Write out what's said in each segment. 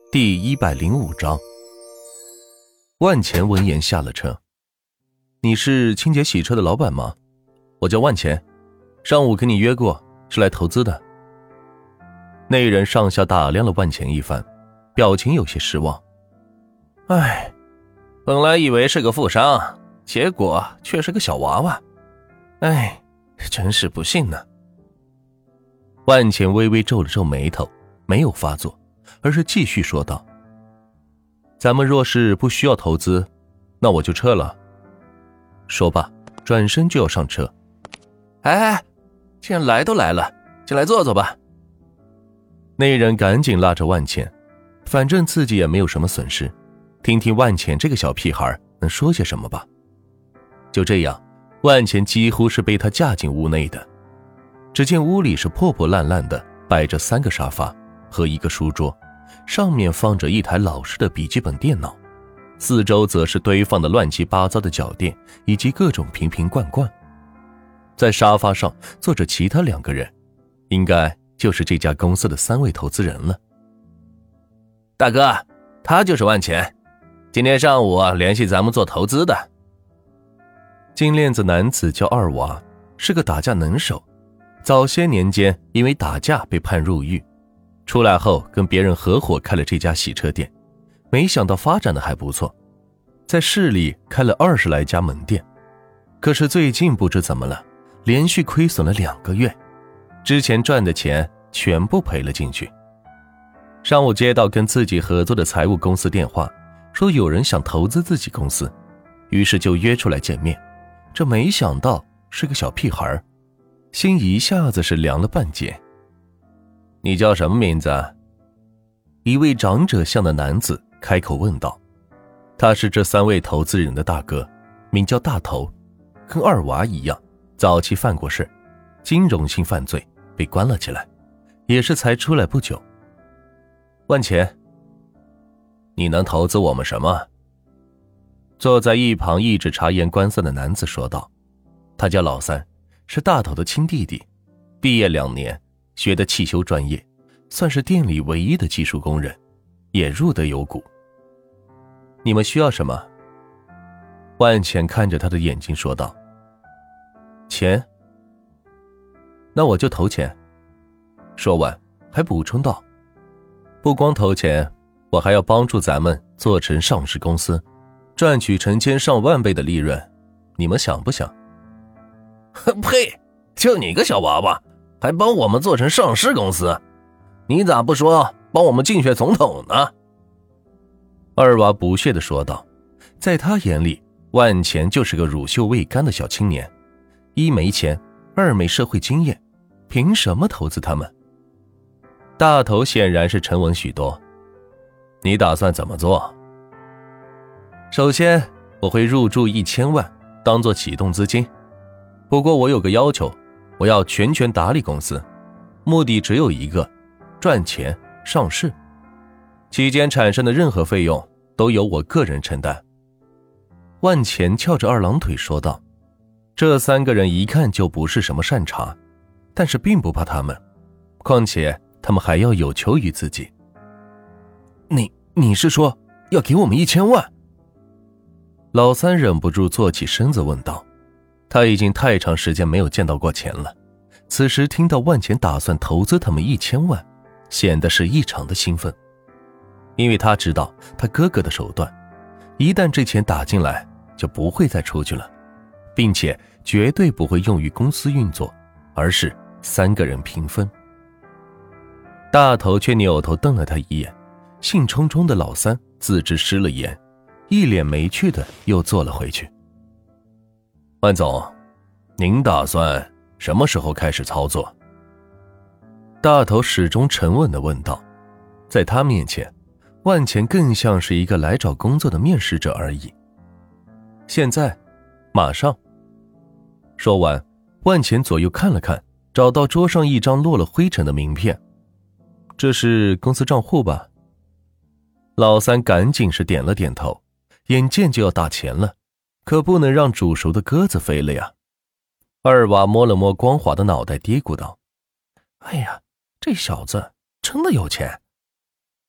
第105章。万钱闻言下了车。你是清洁洗车的老板吗？我叫万钱，上午跟你约过，是来投资的。那人上下打量了万钱一番，表情有些失望。唉，本来以为是个富商，结果却是个小娃娃。唉，真是不幸呢。万钱微微皱了皱眉头，没有发作，而是继续说道：咱们若是不需要投资，那我就撤了。说罢转身就要上车。哎，既然来都来了，进来坐坐吧。那人赶紧拉着万钱，反正自己也没有什么损失，听听万钱这个小屁孩能说些什么吧。就这样，万钱几乎是被他架进屋内的。只见屋里是破破烂烂的，摆着3个沙发和一个书桌，上面放着一台老式的笔记本电脑，四周则是堆放的乱七八糟的脚垫以及各种瓶瓶罐罐。在沙发上坐着其他2个人，应该就是这家公司的3位投资人了。大哥，他就是万钱，今天上午联系咱们做投资的。金链子男子叫二娃，是个打架能手，早些年间因为打架被判入狱，出来后跟别人合伙开了这家洗车店，没想到发展的还不错，在市里开了20来家门店。可是最近不知怎么了，连续亏损了2个月，之前赚的钱全部赔了进去。上午接到跟自己合作的财务公司电话，说有人想投资自己公司，于是就约出来见面。这没想到是个小屁孩，心一下子是凉了半截。你叫什么名字？一位长者相的男子开口问道。他是这3位投资人的大哥，名叫大头，跟二娃一样，早期犯过事，金融性犯罪被关了起来，也是才出来不久。万钱，你能投资我们什么？坐在一旁一直察言观色的男子说道。他叫老三，是大头的亲弟弟，毕业2年，学的汽修专业，算是店里唯一的技术工人，也入得有股。你们需要什么？万钱看着他的眼睛说道。钱？那我就投钱。说完还补充道，不光投钱，我还要帮助咱们做成上市公司，赚取成千上万倍的利润，你们想不想？ 呸，就你个小娃娃，还帮我们做成上市公司，你咋不说帮我们竞选总统呢？ 二娃不屑地说道。在他眼里，万钱就是个乳臭未干的小青年，一没钱，二没社会经验，凭什么投资他们？大头显然是沉稳许多。你打算怎么做？首先我会入驻1000万当做启动资金，不过我有个要求，我要全权打理公司，目的只有一个，赚钱上市，期间产生的任何费用都由我个人承担。万钱翘着2郎腿说道。这3个人一看就不是什么善茬，但是并不怕他们，况且他们还要有求于自己。你是说要给我们1000万？老三忍不住坐起身子问道。他已经太长时间没有见到过钱了，此时听到万钱打算投资他们1000万，显得是异常的兴奋。因为他知道他哥哥的手段，一旦这钱打进来就不会再出去了，并且绝对不会用于公司运作，而是3个人平分。大头却扭头瞪了他一眼，兴冲冲的老三自知失了言，一脸没趣的又坐了回去。万总，您打算什么时候开始操作？大头始终沉稳地问道。在他面前，万钱更像是一个来找工作的面试者而已。现在，马上。说完，万钱左右看了看，找到桌上一张落了灰尘的名片。这是公司账户吧？老三赶紧是点了点头，眼见就要打钱了，可不能让煮熟的鸽子飞了呀。二娃摸了摸光滑的脑袋，嘀咕道：哎呀，这小子真的有钱。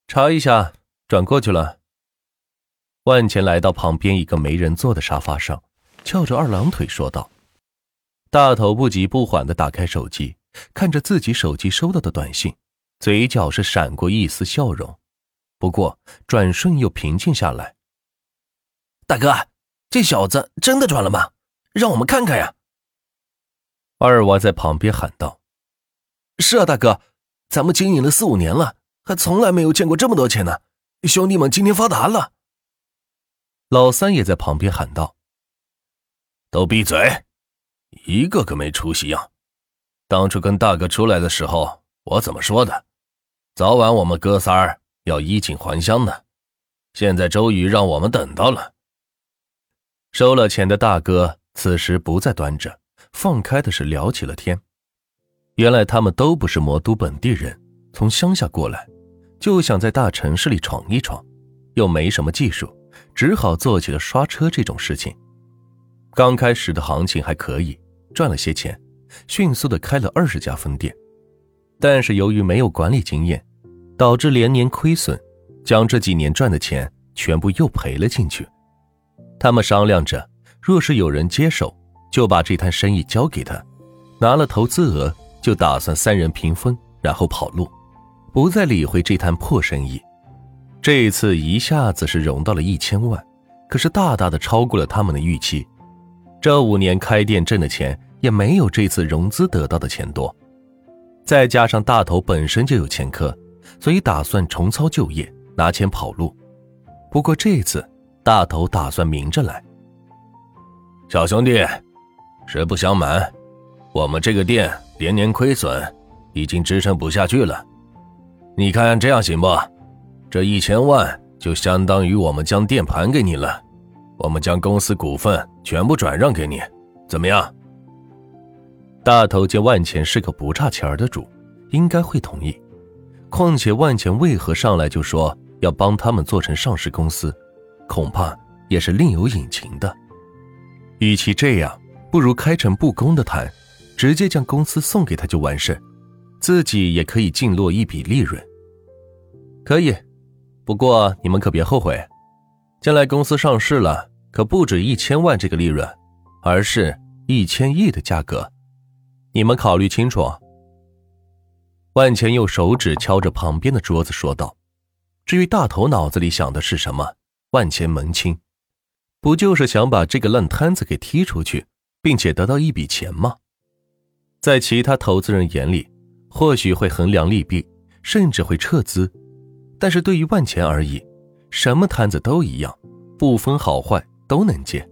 查一下，转过去了。万钱来到旁边一个没人坐的沙发上，翘着二郎腿说道。大头不急不缓地打开手机，看着自己手机收到的短信，嘴角是闪过一丝笑容，不过转瞬又平静下来。 大哥，这小子真的转了吗？让我们看看呀。 二娃在旁边喊道。 是啊，大哥，咱们经营了4、5年了，还从来没有见过这么多钱呢。兄弟们今天发达了。 老三也在旁边喊道。 都闭嘴，一个个没出息样。当初跟大哥出来的时候，我怎么说的？早晚我们哥仨要衣锦还乡的。现在周瑜让我们等到了。 收了钱的大哥此时不再端着，放开的是聊起了天。原来他们都不是魔都本地人，从乡下过来，就想在大城市里闯一闯，又没什么技术，只好做起了刷车这种事情。刚开始的行情还可以，赚了些钱，迅速的开了20家分店。但是由于没有管理经验，导致连年亏损，将这几年赚的钱全部又赔了进去。他们商量着，若是有人接手，就把这摊生意交给他，拿了投资额就打算3人平分，然后跑路，不再理会这摊破生意。这一次一下子是融到了1000万，可是大大的超过了他们的预期。这5年开店挣的钱也没有这次融资得到的钱多，再加上大头本身就有前科，所以打算重操旧业，拿钱跑路。不过这次大头打算明着来。 小兄弟，实不相瞒，我们这个店连年亏损，已经支撑不下去了。你看这样行不？这1000万就相当于我们将店盘给你了，我们将公司股份全部转让给你，怎么样？ 大头见万钱是个不差钱的主，应该会同意。况且万钱为何上来就说要帮他们做成上市公司，恐怕也是另有隐情的。与其这样，不如开诚布公的谈，直接将公司送给他就完事，自己也可以净落一笔利润。可以，不过你们可别后悔，将来公司上市了，可不止1000万这个利润，而是1000亿的价格，你们考虑清楚。万钱用手指敲着旁边的桌子说道。至于大头脑子里想的是什么，万钱门清，不就是想把这个烂摊子给踢出去，并且得到一笔钱吗？在其他投资人眼里，或许会衡量利弊，甚至会撤资，但是对于万钱而已，什么摊子都一样，不分好坏都能接。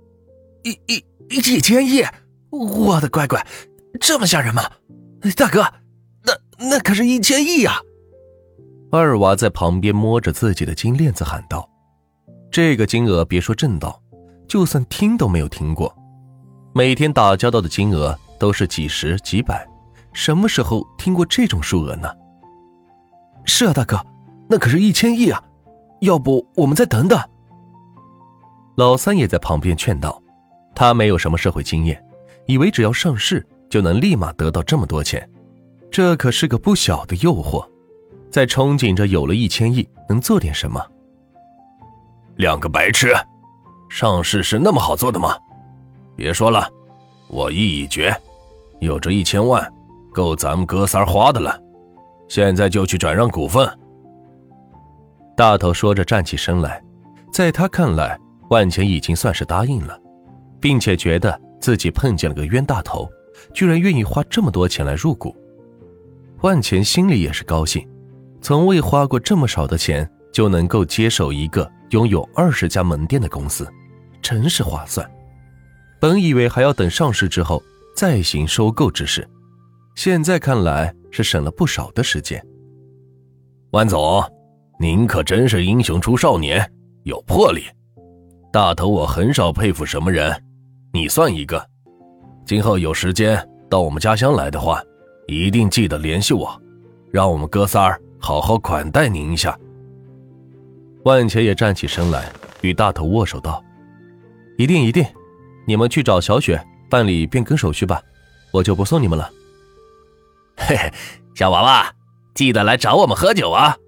1000亿，我的乖乖，这么吓人吗？大哥，那可是1000亿啊！ 二娃在旁边摸着自己的金链子喊道。这个金额别说挣到，就算听都没有听过。每天打交道的金额都是几十几百，什么时候听过这种数额呢？ 是啊，大哥，那可是1000亿啊，要不我们再等等。 老三也在旁边劝道，他没有什么社会经验，以为只要上市就能立马得到这么多钱，这可是个不小的诱惑，在憧憬着有了1000亿能做点什么。 两个白痴，上市是那么好做的吗？别说了，我意已决，有这1000万够咱们哥仨花的了，现在就去转让股份。 大头说着站起身来，在他看来，万钱已经算是答应了，并且觉得自己碰见了个冤大头，居然愿意花这么多钱来入股。万钱心里也是高兴，从未花过这么少的钱就能够接手一个拥有20家门店的公司，真是划算。本以为还要等上市之后再行收购之事，现在看来是省了不少的时间。 万总，您可真是英雄出少年，有魄力。大头我很少佩服什么人，你算一个。今后有时间到我们家乡来的话，一定记得联系我，让我们哥仨好好款待您一下。 万钱也站起身来，与大头握手道：一定一定，你们去找小雪办理变更手续吧，我就不送你们了。 嘿嘿，小娃娃，记得来找我们喝酒啊，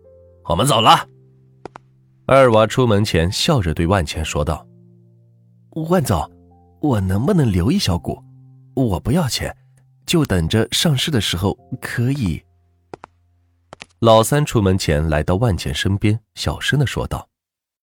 我们走了。 二娃出门前笑着对万钱说道： 万总，我能不能留一小股？我不要钱，就等着上市的时候可以。 老三出门前来到万钱身边，小声地说道：